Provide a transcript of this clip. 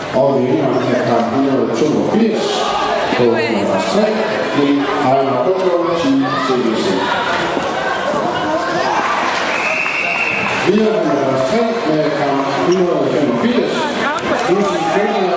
Og vinderen af kamp 182 på nummer 3 i Ejner Bøtger Team CBC. Videre nummer 3 med kamp 185.